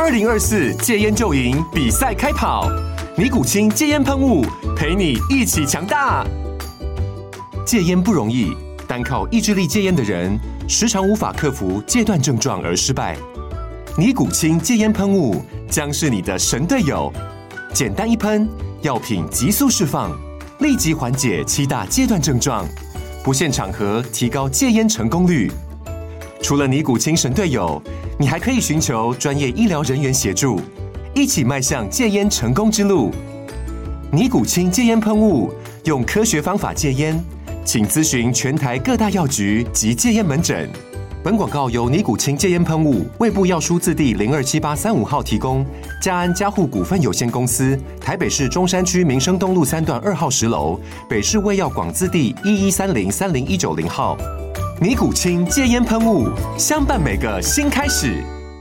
2024戒烟就赢比赛开跑，尼古清戒烟喷雾，陪你一起强大。戒烟不容易，单靠意志力戒烟的人，时常无法克服戒断症状而失败。尼古清戒烟喷雾将是你的神队友，简单一喷，药品急速释放，立即缓解7大戒断症状，不限场合提高戒烟成功率。除了尼古清神队友，你还可以寻求专业医疗人员协助，一起迈向戒烟成功之路。尼古清戒烟喷雾，用科学方法戒烟，请咨询全台各大药局及戒烟门诊。本广告由尼古清戒烟喷雾、卫部药书字第027835号提供，嘉安嘉护股份有限公司，台北市中山区民生东路3段2号10楼，北市卫药广字第113030190号。尼古清戒烟喷雾，相伴每个新开始。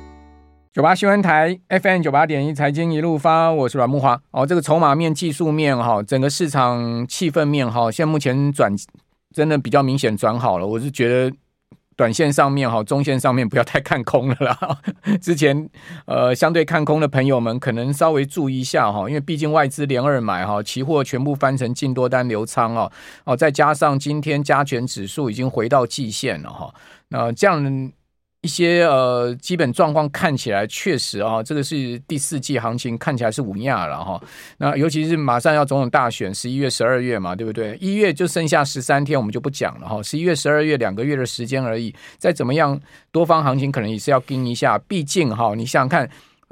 98新闻台 FM 98.1财经一路发，我是阮慕骅。这个筹码面、技术面整个市场气氛面现在目前真的比较明显转好了。我是觉得短线上面中线上面不要太看空了啦。之前相对看空的朋友们可能稍微注意一下因为毕竟外资连二买期货全部翻成净多单流仓再加上今天加权指数已经回到季线了那这样一些基本状况看起来确实这个是第4季行情看起来是无恙了那尤其是马上要总统大选11月12月嘛，对不对？1月就剩下13天我们就不讲了11月12月2个月的时间而已，再怎么样多方行情可能也是要盯一下，毕竟你想想看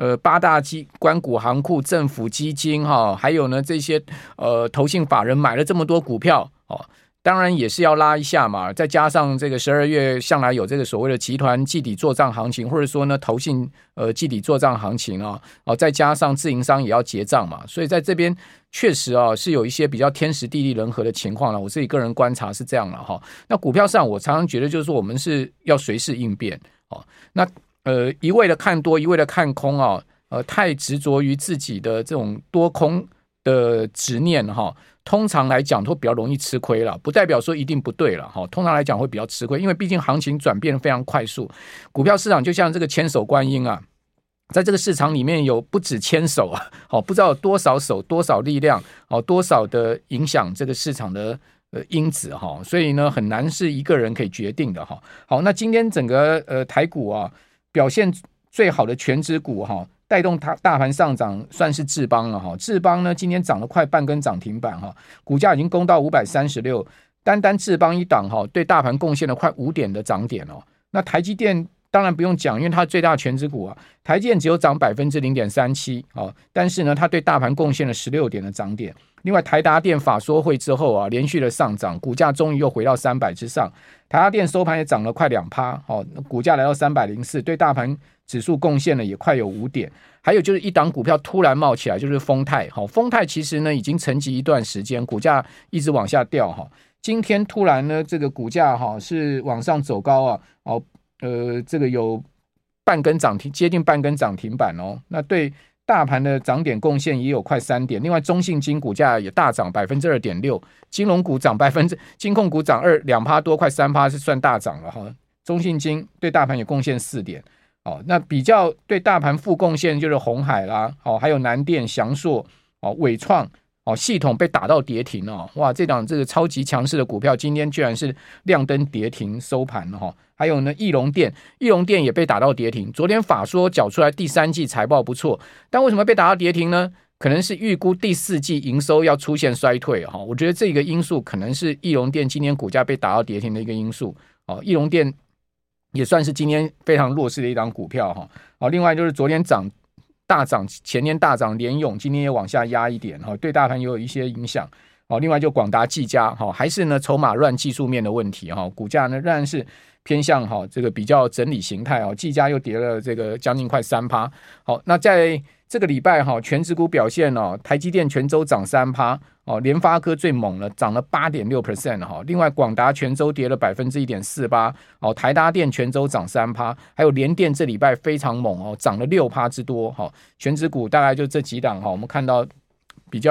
8大官股行库、政府基金还有呢这些投信法人买了这么多股票当然也是要拉一下嘛，再加上这个12月向来有这个所谓的集团季底作账行情，或者说呢投信季底作账行情再加上自营商也要结账嘛，所以在这边确实是有一些比较天时地利人和的情况了。我自己个人观察是这样了那股票上我常常觉得就是说我们是要随时应变那一味的看多，一味的看空太执着于自己的这种多空的执念通常来讲都比较容易吃亏了，不代表说一定不对了通常来讲会比较吃亏，因为毕竟行情转变非常快速，股票市场就像这个千手观音在这个市场里面有不止千手不知道有多少手、多少力量多少的影响这个市场的因子所以呢很难是一个人可以决定的好，那今天整个台股表现最好的全指股带动大盘上涨算是智邦了智邦呢今天涨了快半根涨停板股价已经攻到536，单智邦一档对大盘贡献了快5点的涨点那台积电当然不用讲，因为它最大全指股台积电只有涨 0.37%但是呢它对大盘贡献了16点的涨点。另外台达电法说会之后连续的上涨，股价终于又回到300之上，台达电收盘也涨了快 2%股价来到304，对大盘指数贡献了也快有5点。还有就是一档股票突然冒起来，就是丰泰丰泰其实呢已经沉寂一段时间，股价一直往下掉今天突然呢这个股价是往上走高这个有半根涨停，接近半根涨停板那对大盘的涨点贡献也有快3点。另外中信金股价也大涨 2.6%， 金融股涨金控股涨2%多，快 3% 是算大涨了中信金对大盘也贡献4点那比较对大盘负贡献就是鸿海啦还有南电、祥硕伟创系统被打到跌停哇，这档这个超级强势的股票今天居然是亮灯跌停收盘还有呢义隆电也被打到跌停，昨天法说缴出来第3季财报不错，但为什么被打到跌停呢？可能是预估第4季营收要出现衰退我觉得这个因素可能是义隆电今天股价被打到跌停的一个因素义隆电也算是今天非常弱势的一档股票另外就是昨天大涨，前天大涨联咏今天也往下压一点对大盘也有一些影响另外就广达技嘉还是呢筹码乱技术面的问题股价呢仍然是偏向这个比较整理形态技嘉又跌了这个将近快 3%。 那在这个礼拜全指股表现台积电全周涨 3%联发科最猛了，涨了 8.6%另外广达全周跌了 1.48%台达电全周涨 3%还有联电这礼拜非常猛涨了 6% 之多全指股大概就这几档我们看到比较有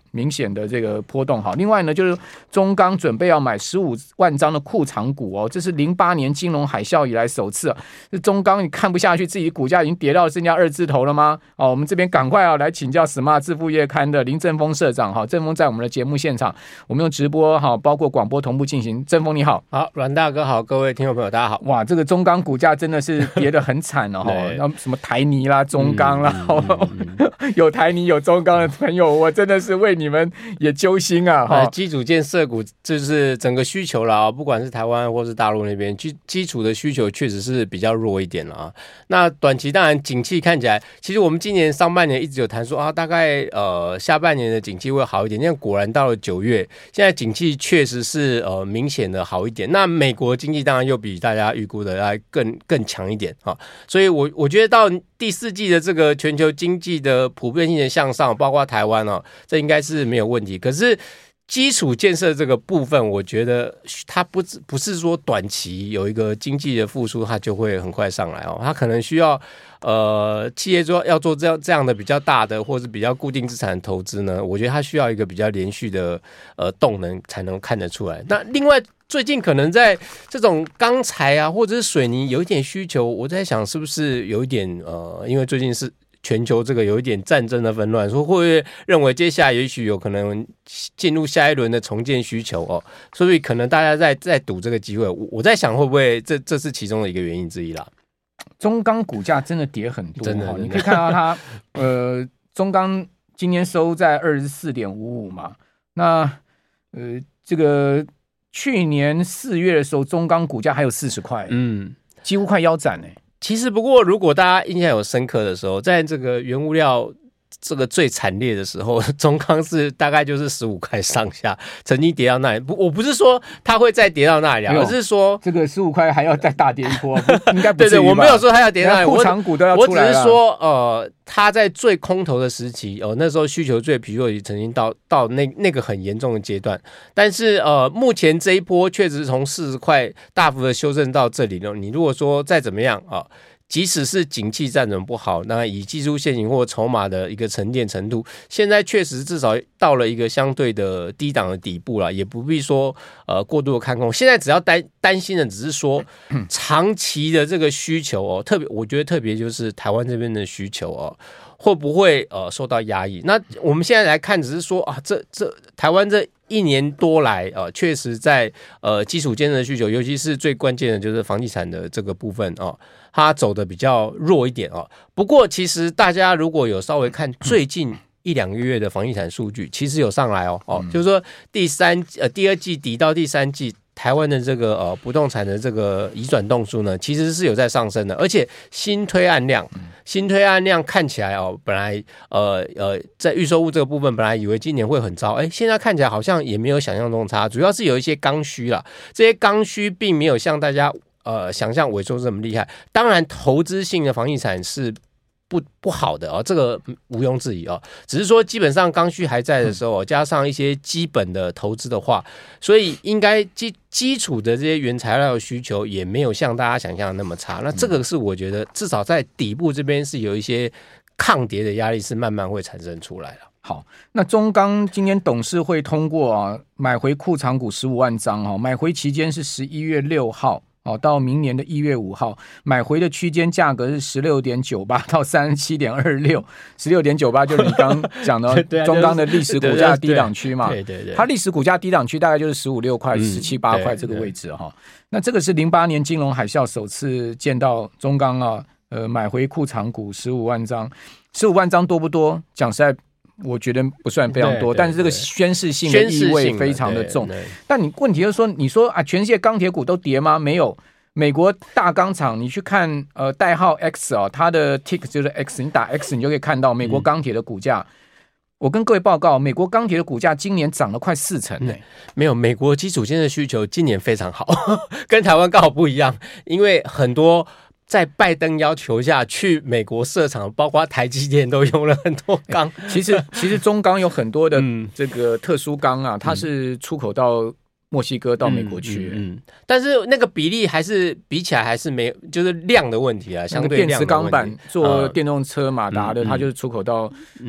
明显的这个波动。好，另外呢，就是中钢准备要买15万张的库藏股哦，这是08年金融海啸以来首次这中钢你看不下去，自己股价已经跌到剩下2字头了吗？哦，我们这边赶快来请教 Smart 致富月刊的林正峰社长。好，正峰在我们的节目现场，我们用直播好，包括广播同步进行。正峰你好。 好，阮大哥好，各位听众朋友大家好。 哇，这个中钢股价真的是跌得很惨哦，什么台泥啦、中钢啦，有台泥有中钢的朋友，我真的是为你们也揪心啊！ 基础建设股就是整个需求啦，不管是台湾或是大陆那边，基础的需求确实是比较弱一点了啊。那短期当然景气看起来，其实我们今年上半年一直有谈说啊，大概下半年的景气会好一点。那果然到了9月，现在景气确实是明显的好一点。那美国经济当然又比大家预估的要更强一点啊，所以我觉得到第4季的这个全球经济的普遍性的向上，包括台湾哦，这应该是没有问题。可是基础建设这个部分，我觉得它不是说短期有一个经济的复苏，它就会很快上来哦，它可能需要企业要做这样的比较大的或是比较固定资产的投资呢，我觉得它需要一个比较连续的动能才能看得出来。那另外最近可能在这种钢材啊或者是水泥有一点需求，我在想是不是有一点因为最近是全球这个有一点战争的纷乱，说会不会认为接下来也许有可能进入下一轮的重建需求哦，所以可能大家在赌这个机会。我在想会不会这是其中的一个原因之一啦。 中钢股价真的跌很多， 真的你可以看到它中钢今年收在 24.55 嘛，那这个去年4月的时候中钢股价还有40块，几乎快腰斩欸。 其实不过如果大家印象有深刻的时候，在这个原物料这个最惨烈的时候，中钢是大概就是15块上下，曾经跌到那里。我不是说它会再跌到那里，而是说这个15块还要再大跌一波，应该不至于吧？ 对，我没有说它要跌到那里， 库藏股都要出来了。 我只是说它在最空头的时期，那时候需求最疲弱，也曾经到那个很严重的阶段。但是目前这一波确实从40块大幅的修正到这里了。你如果说再怎么样即使是景气站稳不好，那以技术线型或筹码的一个沉淀程度，现在确实至少到了一个相对的低档的底部了，也不必说过度的看空。现在只要担心的只是说长期的这个需求我觉得特别就是台湾这边的需求会不会受到压抑？那我们现在来看，只是说这台湾这1年多来确实在基础建设的需求，尤其是最关键的就是房地产的这个部分它走的比较弱一点不过其实大家如果有稍微看最近1-2个月的房地产数据，其实有上来就是说第二季底到第3季。台湾的这个不动产的这个移转动数呢，其实是有在上升的，而且新推案量看起来本来在预售屋这个部分，本来以为今年会很糟，现在看起来好像也没有想象中差，主要是有一些刚需啦，这些刚需并没有像大家想象萎缩这么厉害。当然，投资性的房地产是不好的这个毋庸置疑只是说基本上刚需还在的时候加上一些基本的投资的话，所以应该基础的这些原材料的需求也没有像大家想象的那么差。那这个是我觉得至少在底部这边是有一些抗跌的压力是慢慢会产生出来了。 好，那中钢今天董事会通过买回库藏股15万张买回期间是11月6号到明年的1月5号，买回的区间价格是 16.98 到 37.26， 16.98 就是你刚刚讲的中钢的历史股价低档区嘛， 对， 它历史股价低档区大概就是15、6块、17、8块这个位置那这个是08年金融海啸首次见到中钢买回库藏股15万张，15万张多不多？讲实在我觉得不算非常多，但是这个宣示性的意味非常的重。但你问题就是说，你说全世界钢铁股都跌吗？没有，美国大钢厂你去看代号 X 它的 tick 就是 X， 你打 X 你就可以看到美国钢铁的股价。我跟各位报告，美国钢铁的股价今年涨了快40% 没有，美国基础建设需求今年非常好，跟台湾刚好不一样，因为很多。在拜登要求下去美国设厂，包括台积电都用了很多钢。 其实中钢有很多的这个特殊钢它是出口到墨西哥到美国去， 但是那个比例还是比起来还是没有，就是量的问题相对量的问题。 电池钢板做电动车马达的，它就是出口到。不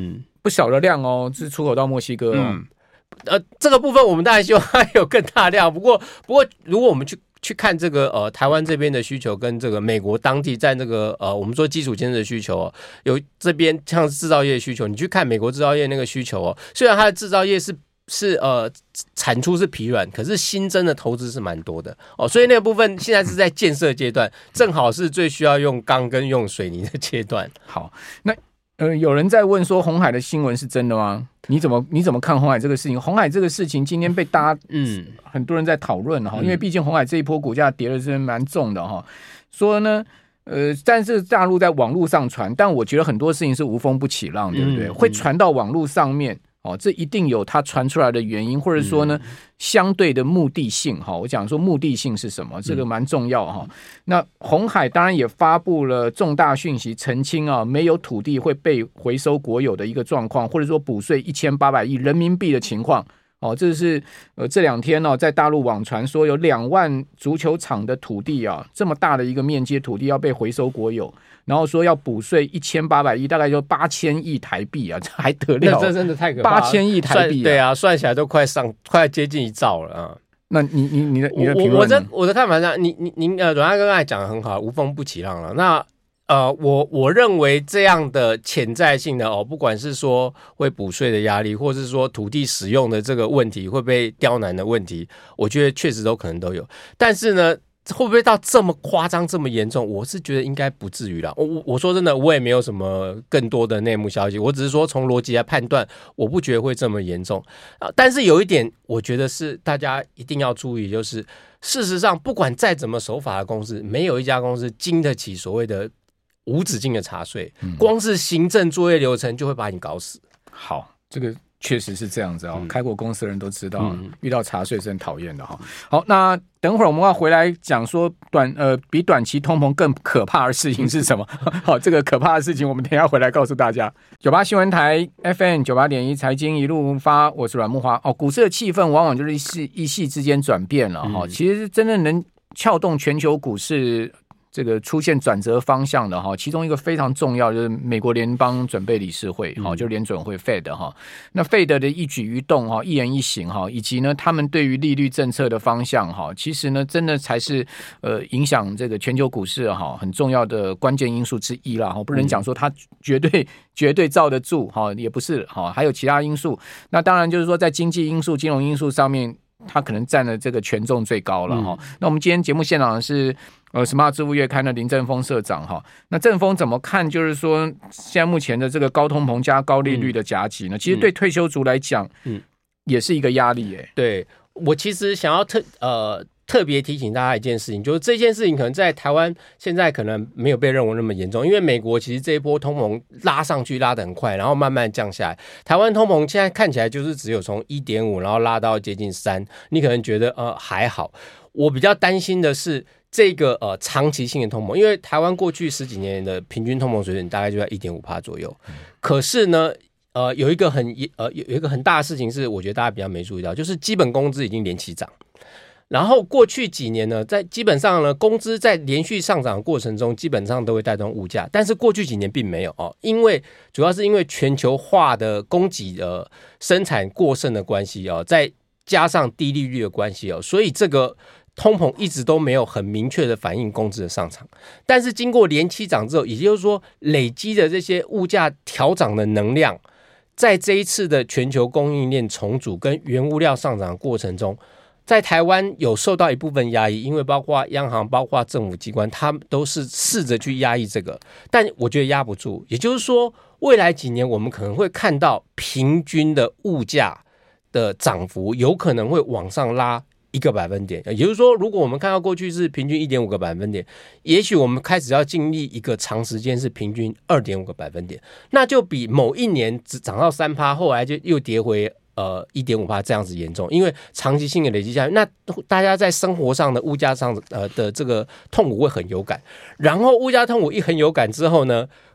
不少的量哦，是出口到墨西哥哦。 这个部分我们当然希望它有更大量，不过如果我们去看这个台湾这边的需求跟这个美国当地在那个我们说基础建设的需求有这边像制造业的需求，你去看美国制造业那个需求虽然它的制造业是产出是疲软，可是新增的投资是蛮多的所以那个部分现在是在建设阶段，正好是最需要用钢跟用水泥的阶段。 好，那有人在问说鸿海的新闻是真的吗？你怎么看鸿海这个事情？鸿海这个事情今天被大家很多人在讨论因为毕竟鸿海这一波股价跌的是蛮重的说呢但是大陆在网络上传，但我觉得很多事情是无风不起浪，对不对？会传到网络上面这一定有它传出来的原因，或者说呢相对的目的性我讲说目的性是什么，这个蛮重要那鸿海当然也发布了重大讯息，澄清没有土地会被回收国有的一个状况，或者说补税1800亿人民币的情况这是这2天在大陆网传说有2万足球场的土地这么大的一个面积的土地要被回收国有，然后说要补税1800亿，大概就8000亿台币这还得了？ 这真的太可怕了 ，8000亿台币对算起来都快接近1兆了那你的评论呢？ 我的看法上，您阮大哥刚才讲的很好，无风不起浪了。那我认为这样的潜在性的不管是说会补税的压力，或是说土地使用的这个问题会被刁难的问题，我觉得确实都可能都有。但是呢，会不会到这么夸张、这么严重？我是觉得应该不至于啦。我说真的，我也没有什么更多的内幕消息，我只是说从逻辑来判断，我不觉得会这么严重但是有一点，我觉得是大家一定要注意，就是事实上，不管再怎么守法的公司，没有一家公司经得起所谓的无止境的查税，光是行政作业流程就会把你搞死。 好，这个确实是这样子开过公司的人都知道遇到查税是很讨厌的好，那等会儿我们要回来讲说比短期通膨更可怕的事情是什么好，这个可怕的事情我们等一下回来告诉大家。98新闻台 FM 98.1财经一路发，我是阮慕骅股市的气氛往往就是一夕之间转变了其实真的能撬动全球股市这个出现转折方向的其中一个非常重要就是美国联邦准备理事会就是联准会 Fed 那 Fed 的一举一动一言一行以及呢他们对于利率政策的方向其实呢真的才是影响这个全球股市很重要的关键因素之一啦不能讲说它绝对罩得住也不是还有其他因素。那当然就是说在经济因素金融因素上面它可能占了这个权重最高了那我们今天节目现场的是Smart 智富月刊的林正峰社长那正峰怎么看就是说现在目前的这个高通膨加高利率的夹击呢其实对退休族来讲也是一个压力对，我其实想要特别提醒大家一件事情，就是这件事情可能在台湾现在可能没有被认为那么严重，因为美国其实这一波通膨拉上去拉得很快，然后慢慢降下来。台湾通膨现在看起来就是只有从 1.5 然后拉到接近3，你可能觉得还好。我比较担心的是这个长期性的通膨，因为台湾过去10几年的平均通膨水准大概就在 1.5% 左右，可是呢有一个很大的事情是我觉得大家比较没注意到，就是基本工资已经连期涨。然后过去几年呢，基本上呢，工资在连续上涨的过程中，基本上都会带动物价，但是过去几年并没有主要是因为全球化的供给生产过剩的关系再加上低利率的关系所以这个通膨一直都没有很明确的反映工资的上涨。但是经过连期涨之后，也就是说累积的这些物价调涨的能量，在这一次的全球供应链重组跟原物料上涨的过程中，在台湾有受到一部分压抑，因为包括央行包括政府机关他们都是试着去压抑这个，但我觉得压不住。也就是说未来几年我们可能会看到平均的物价的涨幅有可能会往上拉1个百分点，也就是说如果我们看到过去是平均 1.5 个百分点，也许我们开始要经历一个长时间是平均 2.5 个百分点，那就比某一年只涨到 3%， 后来就又跌回1.5% 这样子严重，因为长期性的累积下去，那大家在生活上的物价上的这个痛苦会很有感，然后物价痛苦一很有感之后呢，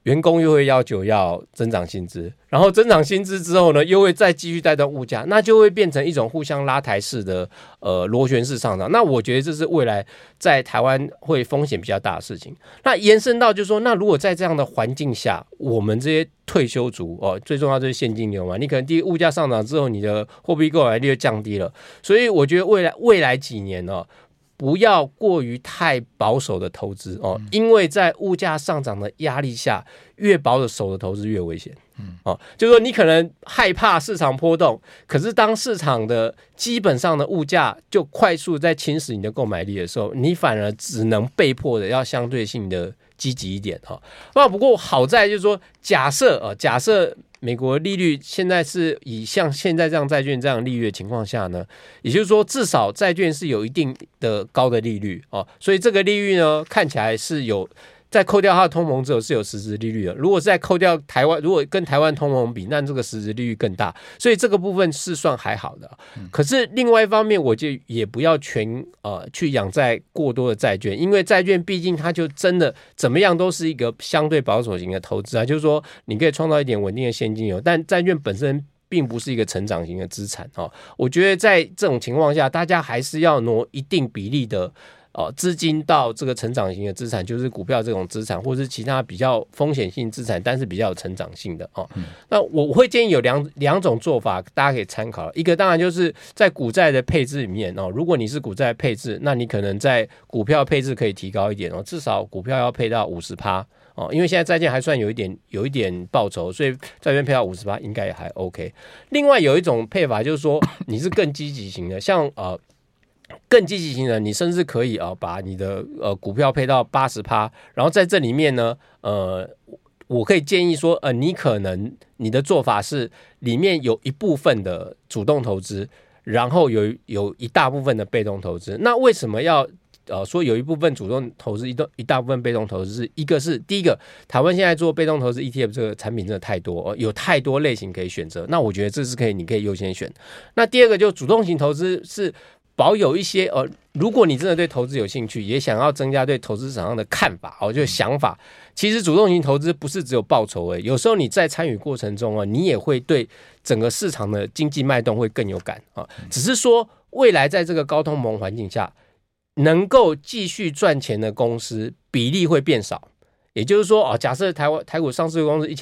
员工又会要求要增长薪资，然后增长薪资之后呢，又会再继续带动物价，那就会变成一种互相拉抬式的螺旋式上涨。那我觉得这是未来在台湾会风险比较大的事情。那延伸到就是说，那如果在这样的环境下，我们这些退休族最重要就是现金流嘛，你可能第一物价上涨之后，你的货币购买力就降低了，所以我觉得未来几年不要过于太保守的投资因为在物价上涨的压力下，越保守的投资越危险。就是说你可能害怕市场波动，可是当市场的基本上的物价就快速在侵蚀你的购买力的时候，你反而只能被迫的要相对性的积极一点那不过好在就是说，假设美国利率现在是以像现在这样债券这样利率的情况下呢，也就是说至少债券是有一定的高的利率所以这个利率呢看起来是有在扣掉它的通膨之后是有实质利率的。如果是在扣掉台湾，如果跟台湾通膨比，那这个实质利率更大，所以这个部分是算还好的。可是另外一方面，我就也不要去仰赖过多的债券，因为债券毕竟它就真的怎么样都是一个相对保守型的投资就是说你可以创造一点稳定的现金流，但债券本身并不是一个成长型的资产我觉得在这种情况下，大家还是要挪一定比例的资金到这个成长型的资产，就是股票这种资产，或者是其他比较风险性资产，但是比较有成长性的那我会建议有两种做法，大家可以参考。一个当然就是在股债的配置里面如果你是股债配置，那你可能在股票配置可以提高一点至少股票要配到 50%因为现在债券还算有一点报酬，所以债券配到 50% 应该也还 OK。另外有一种配法就是说你是更积极型的，像更积极型的，你甚至可以把你的股票配到 80%， 然后在这里面呢我可以建议说你可能你的做法是里面有一部分的主动投资，然后有一大部分的被动投资。那为什么要说有一部分主动投资一大部分被动投资？是一个是第一个，台湾现在做被动投资 ETF 这个产品真的太多有太多类型可以选择，那我觉得这是你可以优先选。那第二个就主动型投资是保有一些如果你真的对投资有兴趣，也想要增加对投资市场上的看法就是想法，其实主动型投资不是只有报酬有时候你在参与过程中你也会对整个市场的经济脉动会更有感只是说未来在这个高通膨环境下，能够继续赚钱的公司比例会变少。也就是说假设台股上市的公司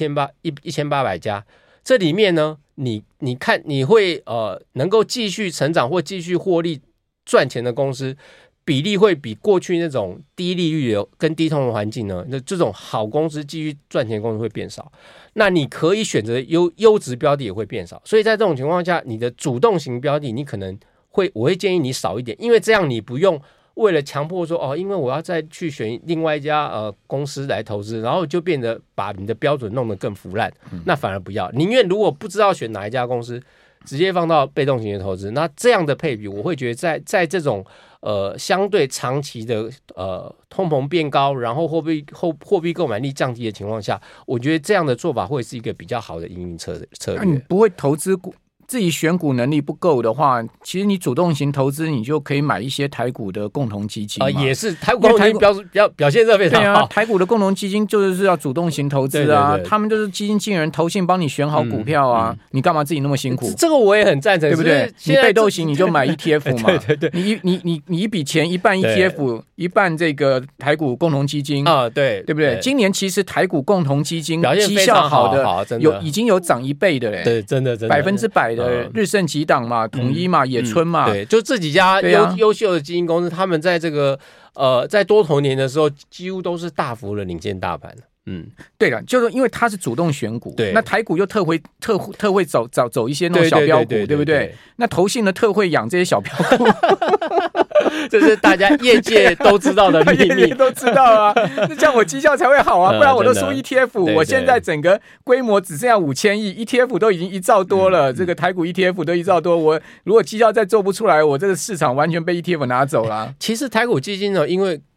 1800家，这里面呢你看你会能够继续成长或继续获利赚钱的公司比例会比过去那种低利率跟低通膨环境呢，这种好公司继续赚钱的公司会变少，那你可以选择优质标的也会变少。所以在这种情况下，你的主动型标的你可能我会建议你少一点，因为这样你不用为了强迫说因为我要再去选另外一家公司来投资，然后就变得把你的标准弄得更腐烂那反而不要，宁愿如果不知道选哪一家公司，直接放到被动型的投资。那这样的配比，我会觉得在这种相对长期的通膨变高，然后货币购买力降低的情况下，我觉得这样的做法会是一个比较好的营运策略。 你不会投资自己选股能力不够的话，其实你主动型投资，你就可以买一些台股的共同基金也是台股共同基金表现得非常好。 台股的共同基金就是要主动型投资对，他们就是基金经理人投信帮你选好股票你干嘛自己那么辛苦？ 这个我也很赞成， 对不对？你被动型你就买 ETF 嘛， 对， 你一笔钱一半 ETF， 一半这个台股共同基金对不对？今年其实台股共同基金绩效好的已经有涨1倍的嘞， 对，真的 100%的日盛几档嘛，统一嘛，野村嘛， 对，就这几家优秀的基金公司，他们在这个在多头年的时候，几乎都是大幅的领先大盘。 对了，就是因为它是主动选股，那台股又特会走一些那种小标股，对不对？那投信的特会养这些小标股， 这是大家业界都知道的秘密， 都知道啊。那这样我绩效才会好不然我都输 ETF。我现在整个规模只剩下5000亿 ，ETF 都已经1兆多了，这个台股 ETF 都1兆多，我如果绩效再做不出来，我这个市场完全被 ETF 拿走了。 其实台股基金呢，因为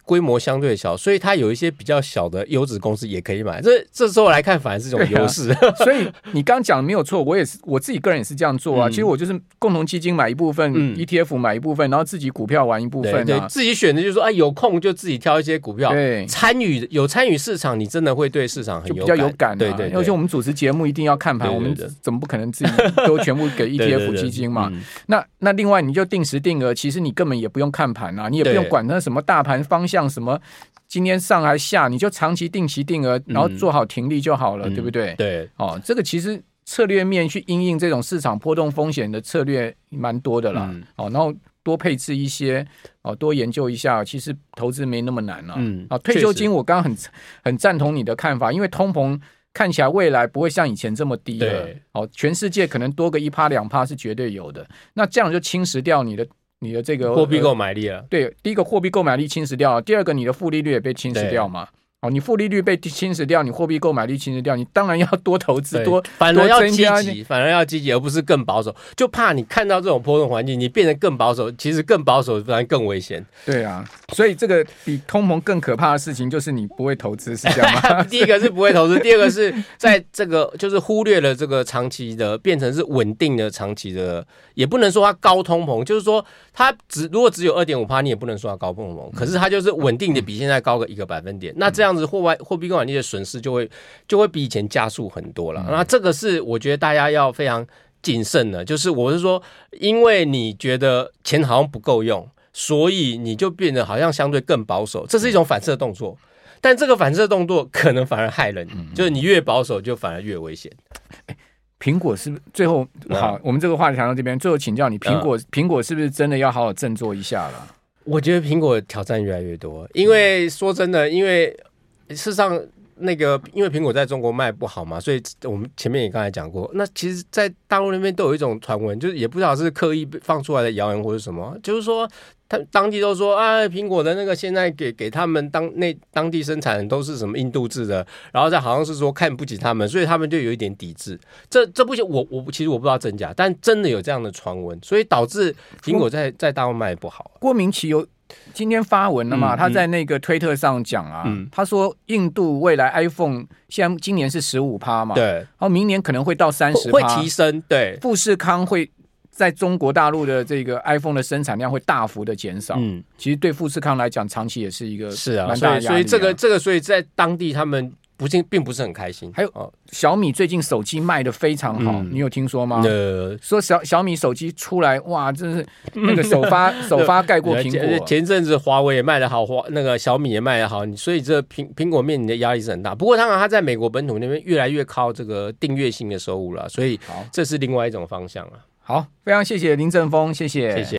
规模相对小，所以它有一些比较小的优质公司也可以买。这时候来看，反而是一种优势。 所以你刚讲的没有错，我自己个人也是这样做啊。其实我就是共同基金买一部分，ETF 买一部分，然后自己股票玩一部分啊。 对，自己选的就是说，有空就自己挑一些股票，对，参与市场，你真的会对市场很有感， 就比较有感。 对， 而且我们主持节目一定要看盘，我们怎么不可能自己都全部给 ETF 基金嘛？那另外你就定时定额，其实你根本也不用看盘啊，你也不用管那什么大盘方向什么。今天上还下，你就长期定期定额，然后做好停利就好了，对不对？ 对， 这个其实策略面去因应这种市场波动风险的策略蛮多的啦。然后多配置一些，多研究一下，其实投资没那么难了。退休金我刚刚很赞同你的看法，因为通膨看起来未来不会像以前这么低了。全世界可能多个1%、2%是绝对有的。那这样就侵蚀掉你的这个货币购买力了。 对，第一个货币购买力侵蚀掉了，第二个你的负利率也被侵蚀掉嘛。你负利率被侵蚀掉，你货币购买力侵蚀掉，你当然要多投资， 反而要积极，而不是更保守。就怕你看到这种波动环境，你变得更保守，其实更保守反而更危险。 对啊，所以这个比通膨更可怕的事情就是你不会投资，是这样吗？ 第一个是不会投资，第二个是在这个就是忽略了这个长期的，变成是稳定的长期的，也不能说它高通膨，就是说它如果只有 2.5%， 你也不能说它高通膨，可是它就是稳定的比现在高个1个百分点。那这样货币购买力的损失就会比以前加速很多了。那这个是我觉得大家要非常谨慎的，就是我是说，因为你觉得钱好像不够用，所以你就变得好像相对更保守，这是一种反射动作。但这个反射动作可能反而害人，就是你越保守就反而越危险。 苹果是不是最后好？我们这个话题谈到这边，最后请教你，苹果是不是真的要好好振作一下了？ 我觉得苹果挑战越来越多，因为说真的，因为事实上因为苹果在中国卖不好嘛，所以我们前面也刚才讲过。那其实，在大陆那边都有一种传闻，就是也不知道是刻意放出来的谣言或者什么，就是说他当地都说苹果的那个现在给他们当地生产都是什么印度制的，然后再好像是说看不起他们，所以他们就有一点抵制。这不行，其实我不知道真假，但真的有这样的传闻，所以导致苹果在大陆卖不好。 郭明錤今天发文了嘛？他在那个推特上讲他说印度未来 iPhone 今年是15%嘛， 对， 然后明年可能会到30%， 会提升。对， 富士康会在中国大陆的这个 iPhone 的生产量会大幅的减少。其实对富士康来讲，长期也是一个蛮大的压力。 所以在当地他们并不是很开心。 还有小米最近手机卖得非常好，你有听说吗？说小米手机出来，哇，真是那个首发盖过苹果。 前阵子华为也卖得好，那个小米也卖得好，所以这苹果面临的压力是很大。不过当然，它在美国本土那边越来越靠这个订阅性的收入了，所以这是另外一种方向了。 好，非常谢谢林正峰，谢谢。